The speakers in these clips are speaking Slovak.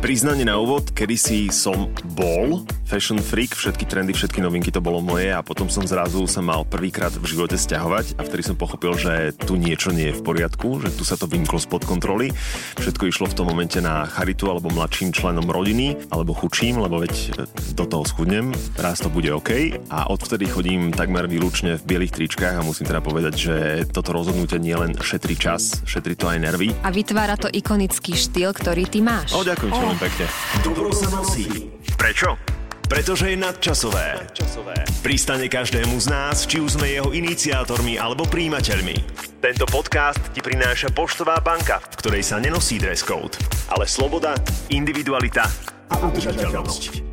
Priznanie na úvod, kedysi som bol fashion freak, všetky trendy, všetky novinky to bolo moje a potom som zrazu sa mal prvýkrát v živote sťahovať a vtedy som pochopil, že tu niečo nie je v poriadku, že tu sa to vymklo spod kontroly. Všetko išlo v tom momente na charitu alebo mladším členom rodiny, alebo chudším, lebo veď do toho schudnem, raz to bude OK a odvtedy chodím takmer výlučne v bielých tričkách a musím teda povedať, že toto rozhodnutie nie len šetrí čas, šetrí to aj nervy. A vytvára to ikonický štýl, ktorý ty máš. Ďakujem ti veľmi pekne. Dobro sa nosí. Prečo? Pretože je nadčasové. Pristane každému z nás, či už sme jeho iniciátormi alebo príjimateľmi. Tento podcast ti prináša Poštová banka, v ktorej sa nenosí dress code, ale sloboda, individualita a udržateľnosť.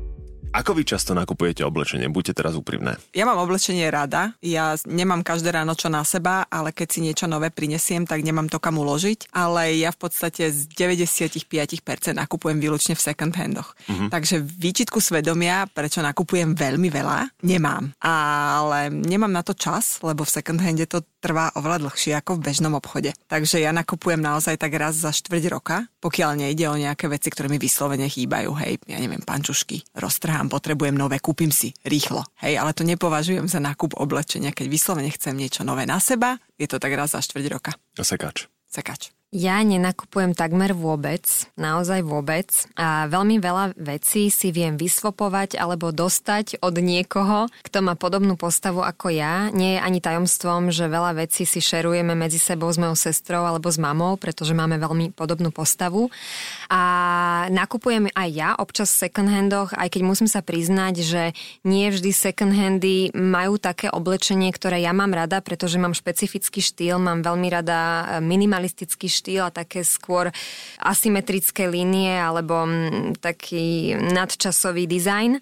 Ako vy často nakupujete oblečenie? Buďte teraz úprimné. Ja mám oblečenie rada. Ja nemám každé ráno čo na seba, ale keď si niečo nové prinesiem, tak nemám to kam uložiť. Ale ja v podstate z 95% nakupujem výlučne v second handoch. Takže výčitku svedomia, prečo nakupujem veľmi veľa, nemám. Ale nemám na to čas, lebo v second hande to trvá oveľa dlhšie ako v bežnom obchode. Takže ja nakupujem naozaj tak raz za 4 roka, pokiaľ nejde o nejaké veci, ktoré mi vyslovene chýbajú. Hej, ja neviem, pančušky, roztrhám, potrebujem nové, kúpim si rýchlo. Hej, ale to nepovažujem za nákup oblečenia, keď vyslovene chcem niečo nové na seba, je to tak raz za 4 roka. A sekáč. Ja nenakupujem takmer vôbec, naozaj vôbec a veľmi veľa vecí si viem vysvopovať alebo dostať od niekoho, kto má podobnú postavu ako ja. Nie je ani tajomstvom, že veľa vecí si šerujeme medzi sebou s mojou sestrou alebo s mamou, pretože máme veľmi podobnú postavu. A nakupujem aj ja občas v second handoch, aj keď musím sa priznať, že nie vždy second handy majú také oblečenie, ktoré ja mám rada, pretože mám špecifický štýl, mám veľmi rada minimalistický štýl a také skôr asymetrické línie alebo taký nadčasový dizajn.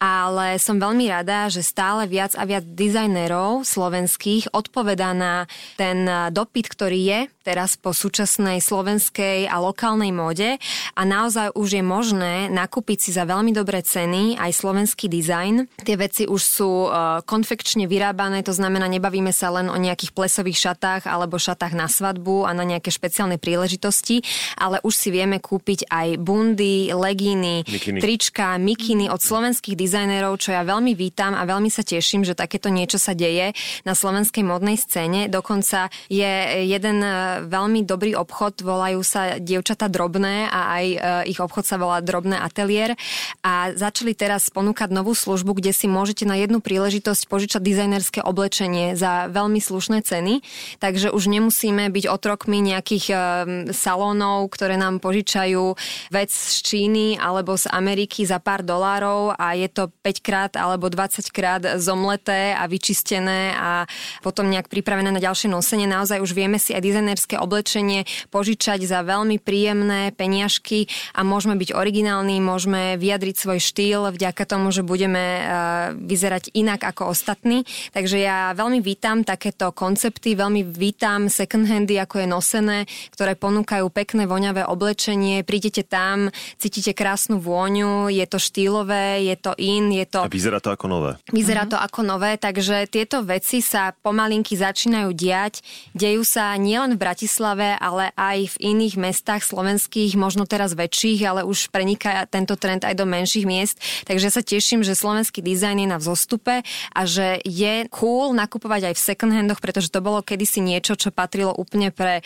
Ale som veľmi rada, že stále viac a viac dizajnerov slovenských odpovedá na ten dopyt, ktorý je teraz po súčasnej slovenskej a lokálnej móde a naozaj už je možné nakúpiť si za veľmi dobré ceny aj slovenský dizajn. Tie veci už sú konfekčne vyrábané, to znamená, nebavíme sa len o nejakých plesových šatách alebo šatách na svadbu a na nejaké špeciálne príležitosti, ale už si vieme kúpiť aj bundy, legíny, trička, mikiny od slovenských dizajnerov, čo ja veľmi vítam a veľmi sa teším, že takéto niečo sa deje na slovenskej modnej scéne. Dokonca je jeden veľmi dobrý obchod, volajú sa Dievčatá drobné a aj ich obchod sa volá Drobné ateliér a začali teraz ponúkať novú službu, kde si môžete na jednu príležitosť požičať dizajnerské oblečenie za veľmi slušné ceny, takže už nemusíme byť otrokmi nejakých salónov, ktoré nám požičajú vec z Číny alebo z Ameriky za pár dolárov a je to 5 krát alebo 20 krát zomleté a vyčistené a potom nejak pripravené na ďalšie nosenie. Naozaj už vieme si aj dizajnerské oblečenie požičať za veľmi príjemné peniažky a môžeme byť originálni, môžeme vyjadriť svoj štýl vďaka tomu, že budeme vyzerať inak ako ostatní. Takže ja veľmi vítam takéto koncepty, veľmi vítam second handy, ako je nosené, ktoré ponúkajú pekné voňavé oblečenie. Prídete tam, cítite krásnu vôňu, je to štýlové, je to in, je to... A vyzerá to ako nové. Vyzerá to ako nové, takže tieto veci sa pomalinky začínajú diať. Dejú sa nielen v Bratislave, ale aj v iných mestách slovenských, možno teraz väčších, ale už preniká tento trend aj do menších miest. Takže ja sa teším, že slovenský dizajn je na vzostupe a že je cool nakupovať aj v second handoch, pretože to bolo kedysi niečo, čo patrilo úplne pre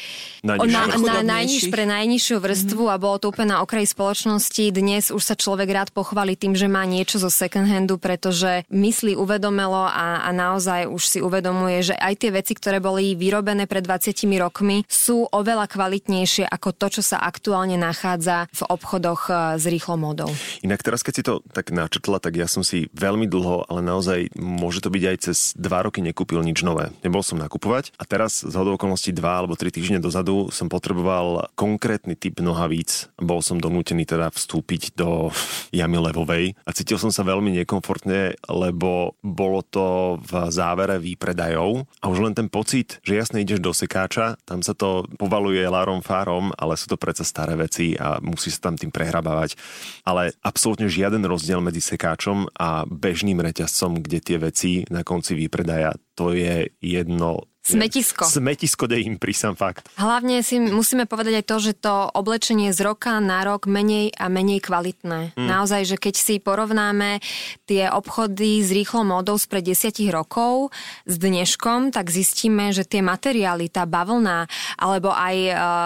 najnižšiu vrstvu a bolo to úplne na okraji spoločnosti. Dnes už sa človek rád pochváli tým, že má niečo zo second handu, pretože myslí uvedomelo a naozaj už si uvedomuje, že aj tie veci, ktoré boli vyrobené pred 20 rokmi, sú oveľa kvalitnejšie ako to, čo sa aktuálne nachádza v obchodoch s rýchlou módou. Inak teraz, keď si to tak načrtla, tak ja som si veľmi dlho, ale naozaj môže to byť aj cez 2 roky nekúpil nič nové. Nebol som nakupovať a teraz z hodou okolností 2 alebo 3 týždne dozadu som potreboval konkrétny typ nohavíc. Bol som donútený teda vstúpiť do jamy levovej a cítil som sa veľmi nekomfortne, lebo bolo to v závere výpredajov a už len ten pocit, že jasne ideš do sekáča, tam sa to povaluje lárom fárom, ale sú to predsa staré veci a musí sa tam tým prehrabávať. Ale absolútne žiaden rozdiel medzi sekáčom a bežným reťazcom, kde tie veci na konci výpredaja, to je jedno Smetisko de impri, sám fakt. Hlavne si musíme povedať aj to, že to oblečenie z roka na rok menej a menej kvalitné. Naozaj, že keď si porovnáme tie obchody s rýchlou módou spred 10 rokov s dneškom, tak zistíme, že tie materiály, tá bavlna, alebo aj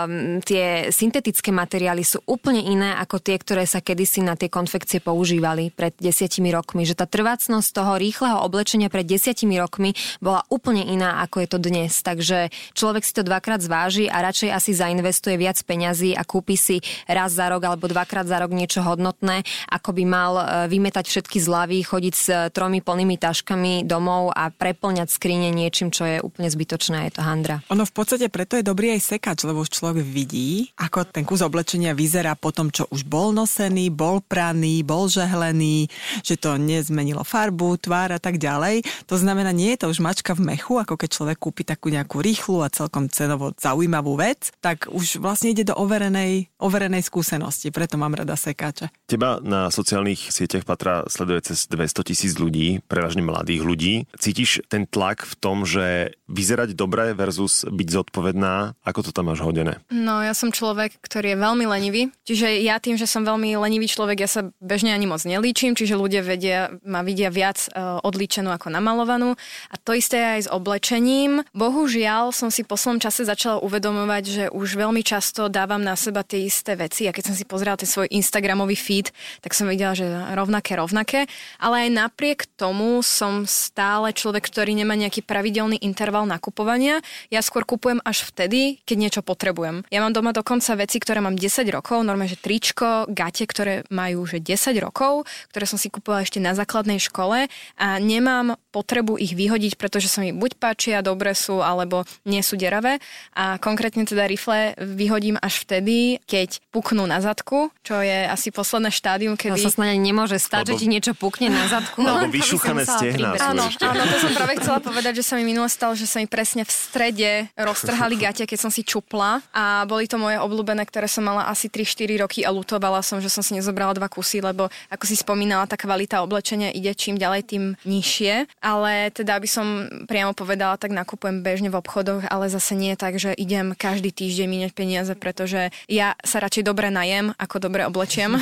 tie syntetické materiály sú úplne iné ako tie, ktoré sa kedysi na tie konfekcie používali pred 10 rokmi. Že tá trvácnosť toho rýchleho oblečenia pred 10 rokmi bola úplne iná, ako je to dnes. Takže človek si to dvakrát zváži a radšej asi zainvestuje viac peňazí a kúpi si raz za rok alebo dvakrát za rok niečo hodnotné, ako by mal vymetať všetky zľavy, chodiť s 3 plnými taškami domov a preplňať skrine niečím, čo je úplne zbytočné a je to handra. Ono v podstate preto je dobrý aj sekač, lebo už človek vidí, ako ten kus oblečenia vyzerá po tom, čo už bol nosený, bol praný, bol žehlený, že to nezmenilo farbu, tvár a tak ďalej. To znamená, nie je to už mačka v mechu, ako keď človek kúpi takú nejakú rýchlu a celkom cenovo zaujímavú vec, tak už vlastne ide do overenej skúsenosti. Preto mám rada sekáče. Teba na sociálnych sieťach Patra sleduje cez 200 000 ľudí, prevažne mladých ľudí. Cítiš ten tlak v tom, že vyzerať dobre versus byť zodpovedná? Ako to tam máš hodené? No, ja som človek, ktorý je veľmi lenivý. Čiže ja tým, že som veľmi lenivý človek, ja sa bežne ani moc nelíčim, čiže ľudia ma vidia viac odlíčenú ako namalovanú. A to isté aj s oblečením. Bohužiaľ som si po svojom čase začala uvedomovať, že už veľmi často dávam na seba tie isté veci. A keď som si pozerala ten svoj Instagramový feed, tak som videla, že rovnaké. Ale aj napriek tomu som stále človek, ktorý nemá nejaký pravidelný interval nakupovania. Ja skôr kupujem až vtedy, keď niečo potrebujem. Ja mám doma dokonca veci, ktoré mám 10 rokov, normálne, že tričko, gate, ktoré majú že 10 rokov, ktoré som si kupovala ešte na základnej škole a nemám potrebu ich vyhodiť, pretože sa mi buď páčia, dobre sú, alebo nie sú deravé. A konkrétne teda rifle vyhodím až vtedy, keď puknú na zadku, čo je asi posledné štádium, kedy... To sa snáď nemôže stať, že ti niečo pukne na zadku. Alebo vyšúchané stehná. Áno, to som práve chcela povedať, že sa mi minule stalo, že sa mi presne v strede roztrhali gate, keď som si čupla a boli to moje obľúbené, ktoré som mala asi 3-4 roky a ľutovala som, že som si nezobrala 2 kusy, lebo ako si spomínala, tá kvalita oblečenia ide čím ďalej, tým nižšie. Ale teda, aby som priamo povedala, tak nakupujem bežne v obchodoch, ale zase nie tak, že idem každý týždeň míňať peniaze, pretože ja sa radšej dobre najem, ako dobre oblečiem.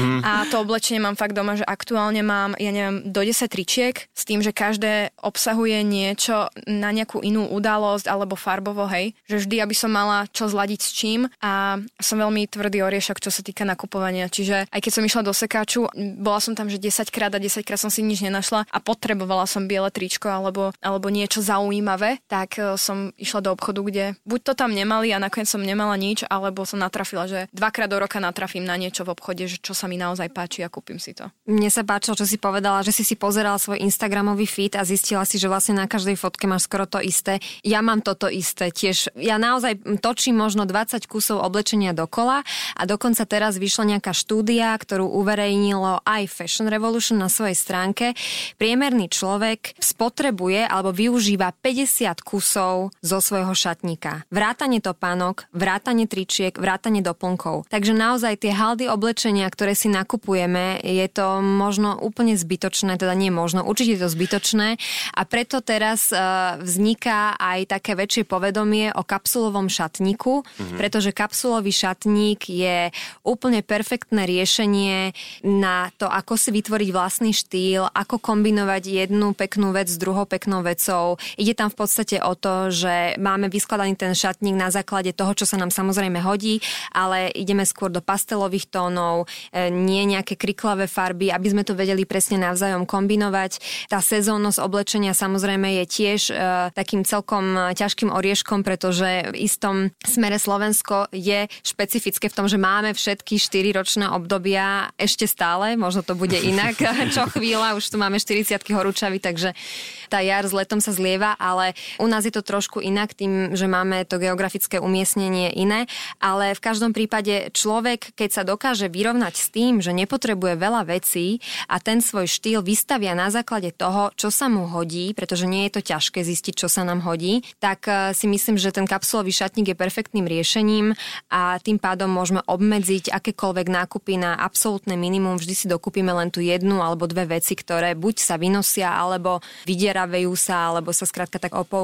A to oblečenie mám fakt doma, že aktuálne mám, ja neviem, do 10 tričiek s tým, že každé obsahuje niečo na nejakú inú udalosť alebo farbovo, hej. Že vždy, aby som mala čo zladiť s čím a som veľmi tvrdý oriešok, čo sa týka nakupovania. Čiže aj keď som išla do sekáču, bola som tam, že 10-krát a 10-krát som si nič nenašla a potrebovala som biele tričko alebo niečo zaujímavé, tak som išla do obchodu, kde buď to tam nemali a nakoniec som nemala nič, alebo som natrafila, že 2-krát do roka natrafím na niečo v obchode, že čo sa mi naozaj páči a kúpim si to. Mne sa páčilo, čo si povedala, že si pozerala svoj Instagramový feed a zistila si, že vlastne na každej fotke máš skoro to isté. Ja mám toto isté tiež. Ja naozaj točím možno 20 kusov oblečenia dokola a dokonca teraz vyšla nejaká štúdia, ktorú uverejnilo aj Fashion Revolution na svojej stránke. Priemerný človek spotrebuje alebo využíva 50 kusov zo svojho šatníka. Vrátane topánok, vrátane tričiek, vrátane doplnkov. Takže naozaj tie haldy oblečenia, ktoré si nakupujeme, je to možno úplne zbytočné, teda nie možno, určite je to zbytočné a preto teraz vzniká aj také väčšie povedomie o kapsulovom šatníku, pretože kapsulový šatník je úplne perfektné riešenie na to, ako si vytvoriť vlastný štýl, ako kombinovať jednu peknú vec s druhou peknou vecou. Ide tam v podstate o to, že máme vyskladaný ten šatník na základe toho, čo sa nám samozrejme hodí, ale ideme skôr do pastelových tónov, nie nejaké kriklavé farby, aby sme to vedeli presne navzájom kombinovať. Tá sezónnosť oblečenia samozrejme je tiež takým celkom ťažkým orieškom, pretože v istom smere Slovensko je špecifické v tom, že máme všetky 4-ročné obdobia ešte stále, možno to bude inak čo chvíľa, už tu máme 40-ky horúčavy, takže tá jar s letom sa zlieva, ale u nás je to trošku inak tým, že máme to geografické umiestnenie iné, ale v každom prípade človek, keď sa dokáže vyrovnať s tým, že nepotrebuje veľa vecí a ten svoj štýl vystavia na základe toho, čo sa mu hodí, pretože nie je to ťažké zistiť, čo sa nám hodí, tak si myslím, že ten kapsulový šatník je perfektným riešením a tým pádom môžeme obmedziť akékoľvek nákupy na absolútne minimum. Vždy si dokúpime len tú jednu alebo dve veci, ktoré buď sa vynosia, alebo vydieravejú sa, alebo sa skrátka tak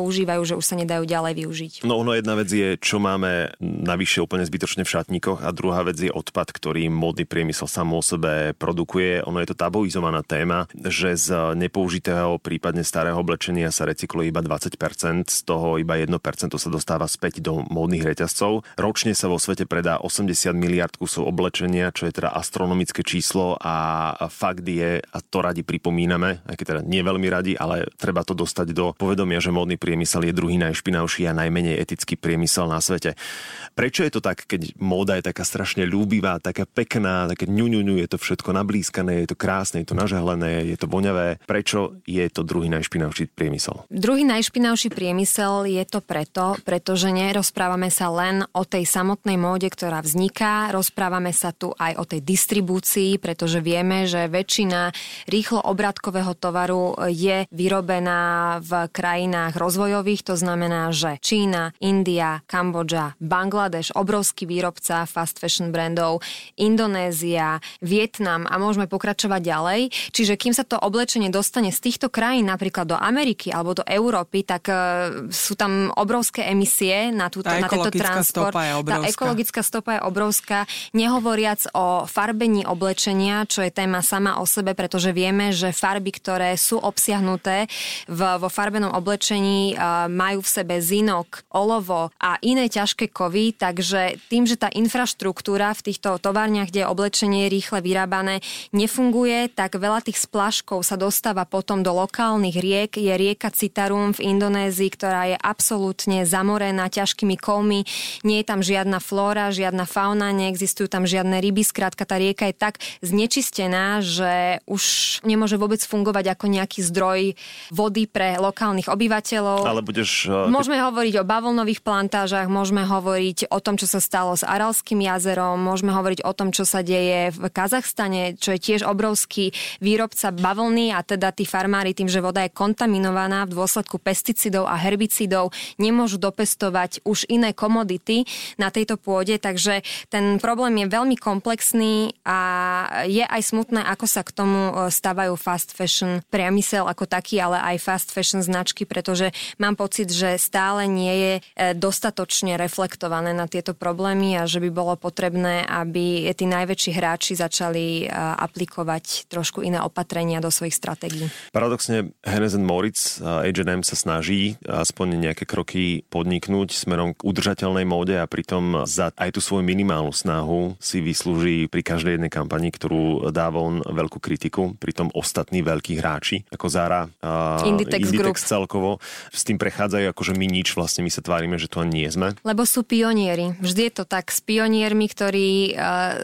používajú, že už sa nedajú ďalej využiť. No ono jedna vec je, čo máme navyše úplne zbytočne v šatníkoch a druhá vec je odpad, ktorý módny priemysel sám o sebe produkuje. Ono je to tabuizovaná téma, že z nepoužitého, prípadne starého oblečenia sa recykluje iba 20%, z toho iba 1% sa dostáva späť do módnych reťazcov. Ročne sa vo svete predá 80 miliard kusov oblečenia, čo je teda astronomické číslo a fakt je, a to radi pripomíname, aj keď teda nie veľmi radi, ale treba to dostať do povedomia, že módny priemysel je druhý najšpinavší a najmenej etický priemysel na svete. Prečo je to tak, keď móda je taká strašne ľúbivá, taká pekná, také ňuňuňu, je to všetko nablískané, je to krásne, je to nažehlené, je to voňavé? Prečo je to druhý najšpinavší priemysel? Druhý najšpinavší priemysel je to pretože nerozprávame sa len o tej samotnej móde, ktorá vzniká, rozprávame sa tu aj o tej distribúcii, pretože vieme, že väčšina rýchlo obratkového tovaru je vyrobená v krajinách rozvojových, to znamená, že Čína, India, Kambodža, Bangladeš, obrovský výrobca fast fashion brandov, Indonézia, Vietnam a môžeme pokračovať ďalej. Čiže kým sa to oblečenie dostane z týchto krajín napríklad do Ameriky alebo do Európy, tak sú tam obrovské emisie na tento transport. Tá ekologická stopa je obrovská. Nehovoriac o farbení oblečenia, čo je téma sama o sebe, pretože vieme, že farby, ktoré sú obsiahnuté vo farbenom oblečení, majú v sebe zinok, olovo a iné ťažké kovy, takže tým, že tá infraštruktúra v týchto továrniach, kde je oblečenie rýchle vyrábané, nefunguje, tak veľa tých spláškov sa dostáva potom do lokálnych riek. Je rieka Citarum v Indonézii, ktorá je absolútne zamorená ťažkými kovmi. Nie je tam žiadna flóra, žiadna fauna, neexistujú tam žiadne ryby. Skrátka, tá rieka je tak znečistená, že už nemôže vôbec fungovať ako nejaký zdroj vody pre lokálnych obyvateľov. Ale budeš... Môžeme hovoriť o bavlnových plantážach, môžeme hovoriť o tom, čo sa stalo s Aralským jazerom, môžeme hovoriť o tom, čo sa deje v Kazachstane, čo je tiež obrovský výrobca bavlny a teda tí farmári tým, že voda je kontaminovaná v dôsledku pesticidov a herbicídov, nemôžu dopestovať už iné komodity na tejto pôde, takže ten problém je veľmi komplexný a je aj smutné, ako sa k tomu stávajú fast fashion priemysel ako taký, ale aj fast fashion značky, pretože mám pocit, že stále nie je dostatočne reflektované na tieto problémy a že by bolo potrebné, aby tí najväčší hráči začali aplikovať trošku iné opatrenia do svojich stratégií. Paradoxne Hennes & Mauritz, H&M sa snaží aspoň nejaké kroky podniknúť smerom k udržateľnej móde a pritom za aj tú svoju minimálnu snahu si vyslúži pri každej jednej kampani, ktorú dá von veľkú kritiku, pritom ostatní veľkí hráči, ako Zara, Inditex celkovo, s tým prechádzajú akože my nič, vlastne my sa tvárime, že to ani nie sme. Lebo sú pionieri. Vždy je to tak s pioniermi, ktorí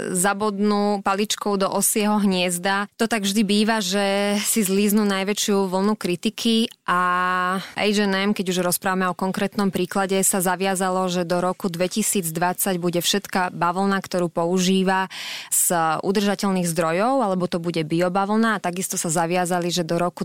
zabodnú paličkou do osieho hniezda. To tak vždy býva, že si zlíznú najväčšiu vlnu kritiky a H&M, keď už rozprávame o konkrétnom príklade, sa zaviazalo, že do roku 2020 bude všetká bavlna, ktorú používa z udržateľných zdrojov, alebo to bude biobavlna a takisto sa zaviazali, že do roku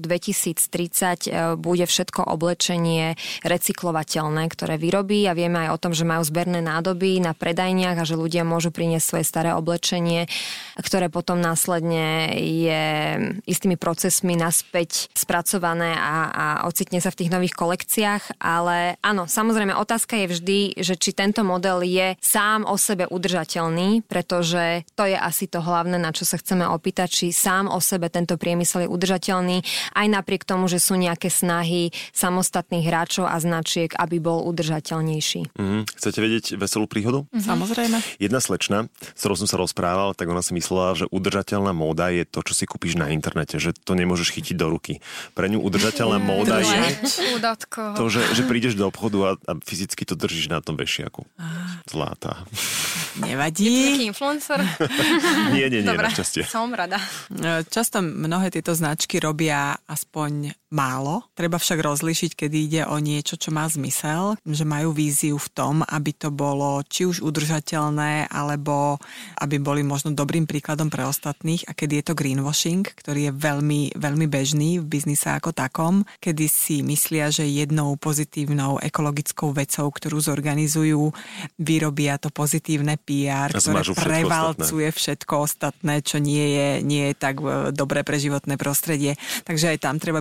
2030 bude všetko oblečenie recyklovateľné, ktoré vyrobí a vieme aj o tom, že majú zberné nádoby na predajniach a že ľudia môžu priniesť svoje staré oblečenie, ktoré potom následne je istými procesmi naspäť spracované a ocitne sa v tých nových kolekciách, ale áno, samozrejme otázka je vždy, že či tento model je sám o sebe udržateľný, pretože to je asi to hlavné, na čo sa chceme opýtať, či sám o sebe tento priemysel je udržateľný, aj napriek tomu, že sú nejaké snahy samostatných hráčov a značiek, aby bol udržateľnejší. Chcete vedieť veselú príhodu? Samozrejme. Jedna slečna, s ktorou som sa rozprával, tak ona si myslela, že udržateľná móda je to, čo si kúpiš na internete, že to nemôžeš chytiť do ruky. Pre ňu udržateľná móda je to, že prídeš do obchodu a fyzicky to držíš na tom vešiaku. Zlatá. Nevadí. Je to taký influencer? Nie, Dobre, našťastie. som rada. Často mnohé tieto značky robia aspoň málo. Treba však rozlíšiť, kedy ide o niečo, čo má zmysel, že majú víziu v tom, aby to bolo či už udržateľné, alebo aby boli možno dobrým príkladom pre ostatných a kedy je to greenwashing, ktorý je veľmi, veľmi bežný v biznise ako takom, kedy si myslia, že jednou pozitívnou ekologickou vecou, ktorú zorganizujú, vyrobia to pozitívne PR, ktoré prevalcuje všetko ostatné, čo nie je tak dobré pre životné prostredie. Takže aj tam treba byť opatrný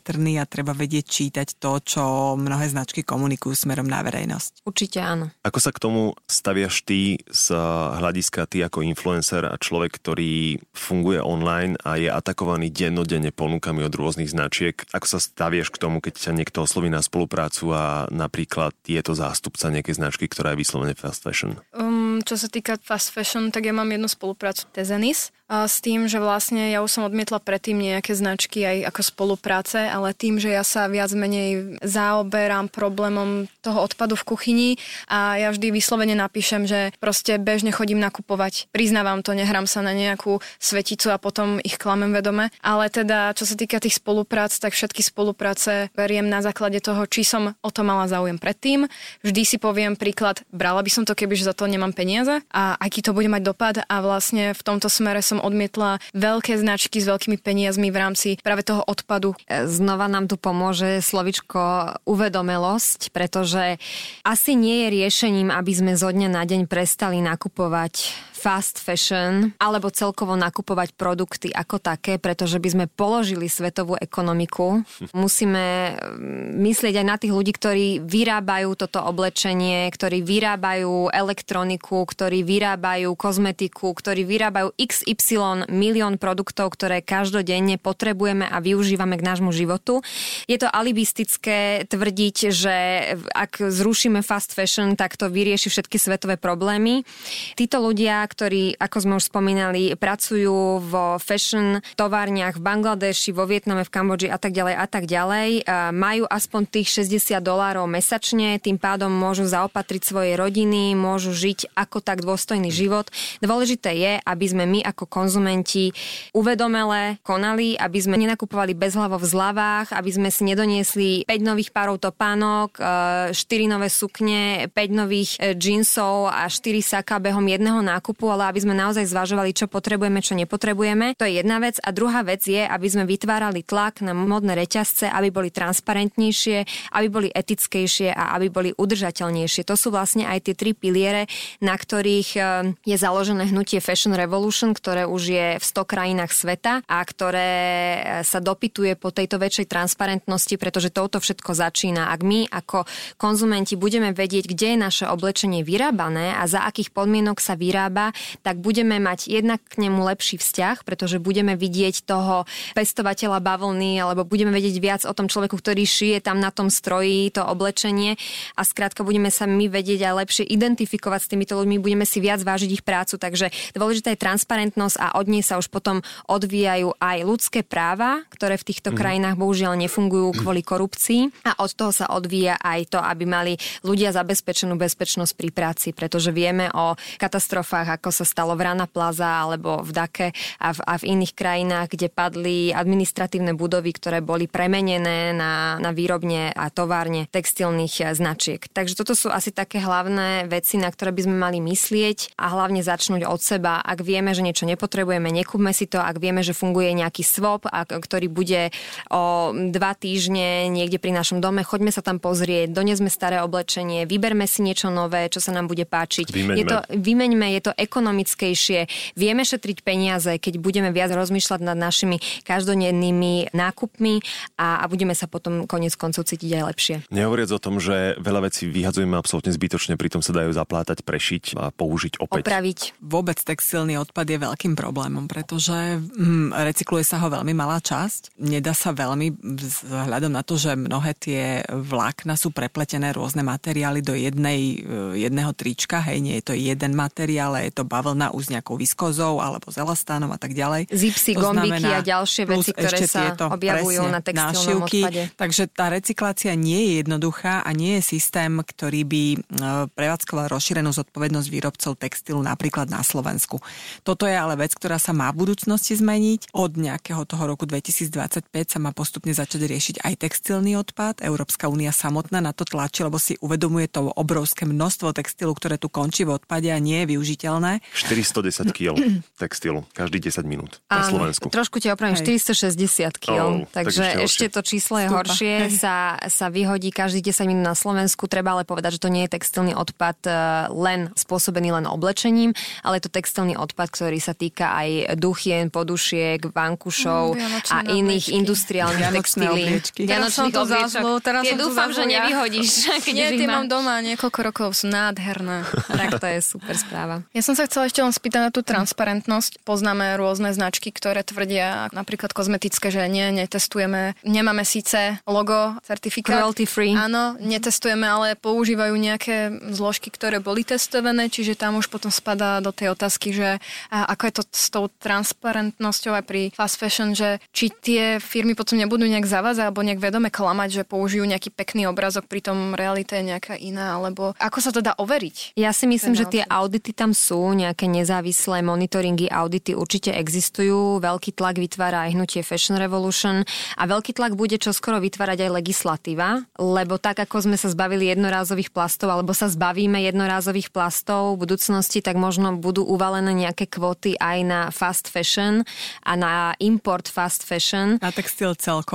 opatrný a treba vedieť čítať to, čo mnohé značky komunikujú smerom na verejnosť. Určite áno. Ako sa k tomu staviaš ty z hľadiska ty ako influencer a človek, ktorý funguje online a je atakovaný dennodenne ponukami od rôznych značiek? Ako sa staviaš k tomu, keď ťa niekto osloví na spoluprácu a napríklad je to zástupca nejakej značky, ktorá je vyslovene fast fashion? Čo sa týka fast fashion, tak ja mám jednu spoluprácu Tezenis s tým, že vlastne ja už som odmietla predtým nejaké značky aj ako spolupráce, ale tým, že ja sa viac menej zaoberám problémom toho odpadu v kuchyni a ja vždy vyslovene napíšem, že proste bežne chodím nakupovať. Priznávam to, nehrám sa na nejakú sveticu a potom ich klamem vedome. Ale teda, čo sa týka tých spoluprác, tak všetky spolupráce beriem na základe toho, či som o to mala záujem predtým. Vždy si poviem príklad, brala by som to, kebyže za to nemám peniaze a aký to bude mať dopad a vlastne v tomto smere som odmietla veľké značky s veľkými peniazmi v rámci práve toho odpadu. Znova nám tu pomôže slovičko uvedomelosť, pretože asi nie je riešením, aby sme zo dňa na deň prestali nakupovať fast fashion alebo celkovo nakupovať produkty ako také, pretože by sme položili svetovú ekonomiku. Musíme myslieť aj na tých ľudí, ktorí vyrábajú toto oblečenie, ktorí vyrábajú elektroniku, ktorí vyrábajú kozmetiku, ktorí vyrábajú XY milión produktov, ktoré každodenne potrebujeme a využívame k nášmu životu. Je to alibistické tvrdiť, že ak zrušíme fast fashion, tak to vyrieši všetky svetové problémy. Títo ľudia, ktorí, ako sme už spomínali, pracujú vo fashion továrniach v Bangladeši, vo Vietname, v Kambodži a tak ďalej, majú aspoň tých $60 mesačne, tým pádom môžu zaopatriť svoje rodiny, môžu žiť ako tak dôstojný život. Dôležité je, aby sme my ako konzumenti uvedomele konali, aby sme nenakupovali bezhlavo v zľavách, aby sme si nedoniesli 5 nových párov topánok, 4 nové sukne, 5 nových džínsov a 4 saka behom jedného nákupu, ale aby sme naozaj zvažovali, čo potrebujeme, čo nepotrebujeme. To je jedna vec. A druhá vec je, aby sme vytvárali tlak na módne reťazce, aby boli transparentnejšie, aby boli etickejšie a aby boli udržateľnejšie. To sú vlastne aj tie 3 piliere, na ktorých je založené hnutie Fashion Revolution, ktoré už je v 100 krajinách sveta a ktoré sa dopytuje po tejto väčšej transparentnosti, pretože touto všetko začína. Ak my ako konzumenti budeme vedieť, kde je naše oblečenie vyrábané a za akých podmienok sa vyrába, tak budeme mať jednak k nemu lepší vzťah, pretože budeme vidieť toho pestovateľa bavlny alebo budeme vedieť viac o tom človeku, ktorý šije tam na tom stroji to oblečenie a skrátka budeme sa my vedieť aj lepšie identifikovať s týmito ľuďmi, budeme si viac vážiť ich prácu, takže dôležitá je transparentnosť a od nej sa už potom odvíjajú aj ľudské práva, ktoré v týchto krajinách bohužiaľ nefungujú kvôli korupcii a od toho sa odvíja aj to, aby mali ľudia zabezpečenú bezpečnosť pri práci, pretože vieme o katastrofách, ako sa stalo v Rana Plaza alebo v Dake a v iných krajinách, kde padli administratívne budovy, ktoré boli premenené na výrobne a továrne textilných značiek. Takže toto sú asi také hlavné veci, na ktoré by sme mali myslieť a hlavne začnúť od seba. Ak vieme, že niečo nepotrebujeme, nekúpme si to. Ak vieme, že funguje nejaký swap, ktorý bude o 2 týždne niekde pri našom dome, choďme sa tam pozrieť, doniesme staré oblečenie, vyberme si niečo nové, čo sa nám bude páčiť. Vymeňme, je to ekonomickejšie. Vieme šetriť peniaze, keď budeme viac rozmýšľať nad našimi každodennými nákupmi a budeme sa potom koniec koncov cítiť aj lepšie. Nehovoriac o tom, že veľa vecí vyhadzujeme absolútne zbytočne, pritom sa dajú zaplátať, prešiť a použiť opäť. Opraviť. Vôbec textilný odpad je veľkým problémom, pretože recykluje sa ho veľmi malá časť. Nedá sa veľmi vzhľadom na to, že mnohé tie vlákna sú prepletené rôzne materiály do jedného trička, hej, nie je to jeden materiál, je to bavlna už s nejakou viskózou alebo s elastánom a tak ďalej. Zipsy, gombiky a ďalšie veci, ktoré sa objavujú na textilnom odpade. Takže tá recyklácia nie je jednoduchá a nie je systém, ktorý by prevádzkoval rozšírenú zodpovednosť výrobcov textilu napríklad na Slovensku. Toto je ale vec, ktorá sa má v budúcnosti zmeniť. Od nejakého toho roku 2025 sa má postupne začať riešiť aj textilný odpad. Európska únia samotná na to tlačí, lebo si uvedomuje to obrovské množstvo textilu, ktoré tu končí v odpade a nie je využiteľné. neuveriteľné. 410 kg textilu, každý 10 minút na Slovensku. Trošku ti opravím, 460 kg, takže ešte to číslo je horšie, sa vyhodí každý 10 minút na Slovensku. Treba ale povedať, že to nie je textilný odpad len spôsobený len oblečením, ale je to textilný odpad, ktorý sa týka aj duchien, podušiek, vankušov a iných industriálnych textílií. Vianočných obliečok. Tie dúfam, že nevyhodíš. Nie, tie mám doma niekoľko rokov, sú nádherné. Tak to je super správa. Ja som sa chcela ešte len spýtať na tú transparentnosť. Poznáme rôzne značky, ktoré tvrdia, napríklad kozmetické, že netestujeme, nemáme síce logo, certifikát. Cruelty free. Áno, netestujeme, ale používajú nejaké zložky, ktoré boli testované, čiže tam už potom spadá do tej otázky, že ako je to s tou transparentnosťou aj pri fast fashion, že či tie firmy potom nebudú nejak zavádzať alebo nejak vedome klamať, že použijú nejaký pekný obrazok, pritom realita je nejaká iná, alebo ako sa to dá overiť? Ja si myslím, že tie audity tam sú, nejaké nezávislé monitoringy, audity určite existujú. Veľký tlak vytvára aj hnutie Fashion Revolution a veľký tlak bude čoskoro vytvárať aj legislatíva, lebo tak ako sme sa zbavili jednorázových plastov alebo sa zbavíme jednorázových plastov v budúcnosti, tak možno budú uvalené nejaké kvóty aj na fast fashion a na import fast fashion. A textil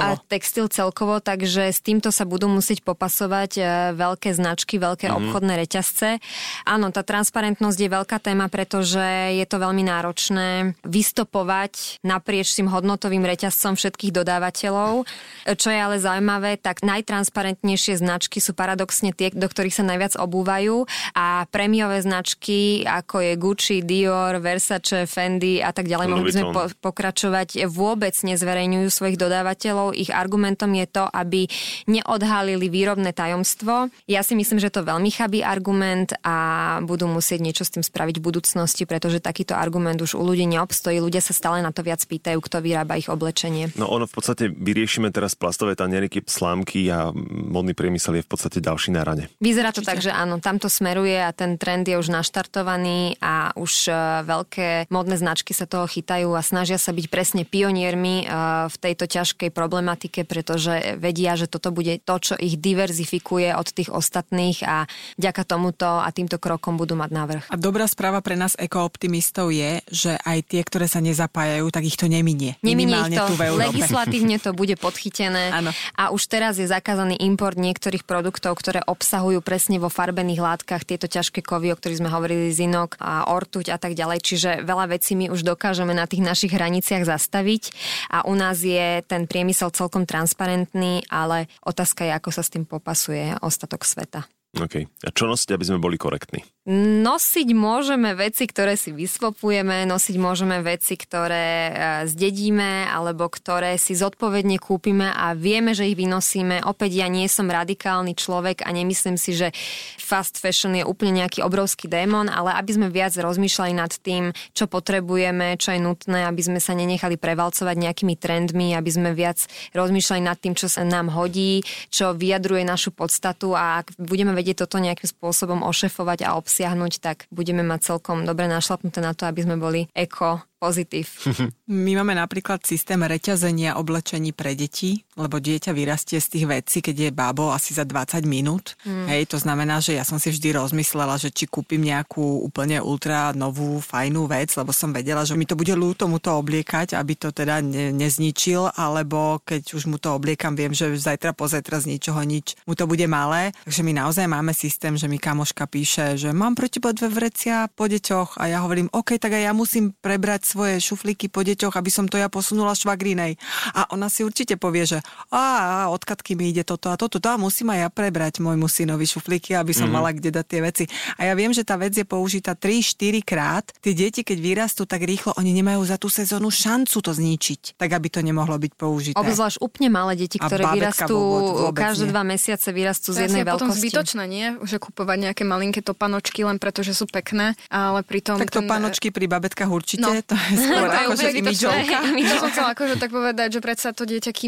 celkovo. Takže s týmto sa budú musieť popasovať veľké značky, veľké obchodné reťazce. Áno, tá transparentnosť je veľká téma, pretože je to veľmi náročné vystopovať naprieč tým hodnotovým reťazcom všetkých dodávateľov. Čo je ale zaujímavé, tak najtransparentnejšie značky sú paradoxne tie, do ktorých sa najviac obúvajú a prémiové značky, ako je Gucci, Dior, Versace, Fendi a tak ďalej, mohli by sme pokračovať, vôbec nezverejňujú svojich dodávateľov. Ich argumentom je to, aby neodhalili výrobné tajomstvo. Ja si myslím, že to veľmi chabý argument a budú musieť niečo s tým spraviť v budúcnosti, pretože takýto argument už u ľudí neobstojí. Ľudia sa stále na to viac pýtajú, kto vyrába ich oblečenie. No ono v podstate vyriešime teraz plastové tanieriky, slámky a modný priemysel je v podstate ďalší na rane. Vyzerá to tak, že áno, tam to smeruje a ten trend je už naštartovaný a už veľké modné značky sa toho chytajú a snažia sa byť presne pioniermi v tejto ťažkej problematike, pretože vedia, že toto bude to, čo ich diverzifikuje od tých ostatných a vďaka tomuto a týmto krokom budú mať návrh. A dobrá správa pre nás ekooptimistov je, že aj tie, ktoré sa nezapájajú, tak ich to neminie. Neminie ich to. Legislatívne to bude podchytené. Áno. A už teraz je zakázaný import niektorých produktov, ktoré obsahujú presne vo farbených látkach tieto ťažké kovy, o ktorých sme hovorili, zinok a ortuť a tak ďalej. Čiže veľa vecí my už dokážeme na tých našich hraniciach zastaviť a u nás je ten priemysel celkom transparentný, ale otázka je, ako sa s tým popasuje ostatok sveta. OK. A čo nosiť, aby sme boli korektní? Nosiť môžeme veci, ktoré si vysvopujeme, nosiť môžeme veci, ktoré zdedíme alebo ktoré si zodpovedne kúpime a vieme, že ich vynosíme. Opäť ja nie som radikálny človek a nemyslím si, že fast fashion je úplne nejaký obrovský démon, ale aby sme viac rozmýšľali nad tým, čo potrebujeme, čo je nutné, aby sme sa nenechali prevalcovať nejakými trendmi, aby sme viac rozmýšľali nad tým, čo sa nám hodí, čo vyjadruje našu podstatu a ak budeme vedieť toto nejakým spôsobom ošefovať a obsiahnuť, tak budeme mať celkom dobre našlapnuté na to, aby sme boli pozitív. My máme napríklad systém reťazenia oblečení pre deti, lebo dieťa vyrastie z tých vecí, keď je bábo asi za 20 minút. Hej, to znamená, že ja som si vždy rozmyslela, že či kúpim nejakú úplne ultra novú, fajnú vec, lebo som vedela, že mi to bude ľúto mu to obliekať, aby to teda nezničil, alebo keď už mu to obliekam, viem, že zajtra pozajtra z ničoho nič mu to bude malé. Takže my naozaj máme systém, že mi kamoška píše, že mám pre teba 2 vrecia po deťoch a ja hovorím, OK, tak aj ja musím prebrať svoje šuflíky po deťoch, aby som to ja posunula švagrinej. A ona si určite povie, že od Katky mi ide toto a toto. A musím aj ja prebrať môjmu synovi šuflíky, aby som mala kde dať tie veci. A ja viem, že tá vec je použitá 3-4 krát. Tie deti, keď vyrastú tak rýchlo, oni nemajú za tú sezónu šancu to zničiť, tak aby to nemohlo byť použité. Obzvlášť úplne malé deti, ktoré vyrastú každé 2 mesiace vyrastú z jednej veľkosti. Potom zbytočné, nie? Že kupovať nejaké malinké topanočky len preto, že sú pekné, ale pritom tak topanočky pri babetkách určite. No. To je skôr akože imidžovka. To som chcela akože tak povedať, že predsa to dieťa, kým nechodí,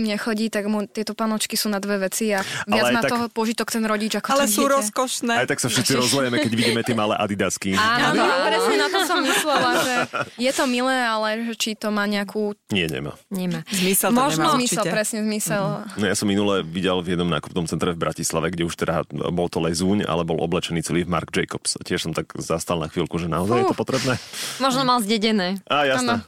tak tieto panočky sú na dve veci a viac má toho požitok ten rodič ako ale to sú dieťa. rozkošné. Aj tak sa všetci rozlejeme, keď vidíme tie malé adidasky. Áno, presne na to som myslela, že je to milé, ale či to má nejakú... Nie, nemá. Zmysel to možno nemá zmysel, určite. presne zmysel. No ja som minule videl v jednom nákupnom centre v Bratislave, kde už teda bol to lezúň, ale bol oblečený celý v Marc Jacobs. A tiež som tak zastal na chvíľku, že naozaj je to potrebné. Možno mal zdedené. Á, jasné.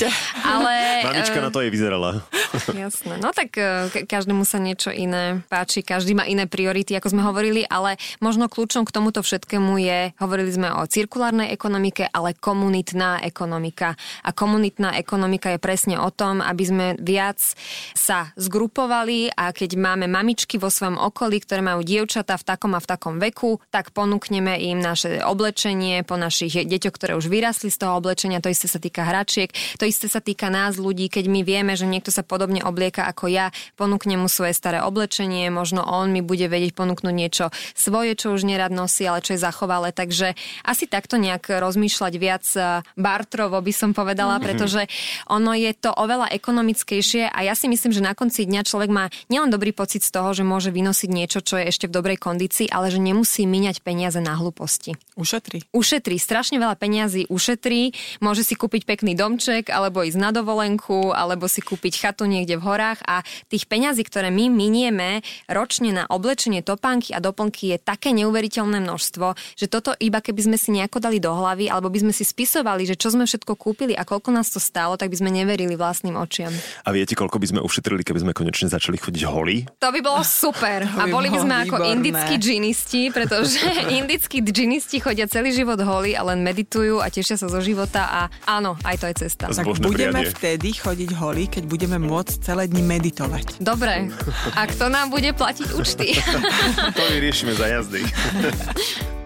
Ale... Mamička na to jej vyzerala. Jasné. No tak každému sa niečo iné páči, každý má iné priority, ako sme hovorili, ale možno kľúčom k tomuto všetkému je, hovorili sme o cirkulárnej ekonomike, ale komunitná ekonomika. A komunitná ekonomika je presne o tom, aby sme viac sa zgrupovali a keď máme mamičky vo svojom okolí, ktoré majú dievčatá v takom a v takom veku, tak ponúkneme im naše oblečenie po našich deťoch, ktoré už vyrastli z toho oblečenia. To isté sa týka hračiek, to isté sa týka nás ľudí, keď my vieme, že niekto sa podobne oblieka ako ja, ponúknem mu svoje staré oblečenie, možno on mi bude vedieť ponúknuť niečo svoje, čo už nerad nosí, ale čo je zachovalé. Takže asi takto nejak rozmýšľať viac bartrovo by som povedala, pretože ono je to oveľa ekonomickejšie a ja si myslím, že na konci dňa človek má nielen dobrý pocit z toho, že môže vynosiť niečo, čo je ešte v dobrej kondícii, ale že nemusí míňať peniaze na hlúposti. Ušetrí, strašne veľa peniazí ušetrí, môže si kúpiť pekný domček, alebo ísť na dovolenku, alebo si kúpiť chatu niekde v horách a tých peňazí, ktoré my minieme ročne na oblečenie, topánky a doplnky je také neuveriteľné množstvo, že toto iba keby sme si nejako dali do hlavy, alebo by sme si spisovali, že čo sme všetko kúpili a koľko nás to stálo, tak by sme neverili vlastným očiam. A viete, koľko by sme ušetrili, keby sme konečne začali chodiť holí? To by bolo super. A boli by sme ako indickí džinisti, pretože indickí džinisti chodia celý život holí a len meditujú a tešia sa zo života a áno, aj to je cesta. Tak budeme vtedy chodiť holí, keď budeme môcť celé dni meditovať. Dobre. A kto nám bude platiť účty? To vyriešime za jazdy.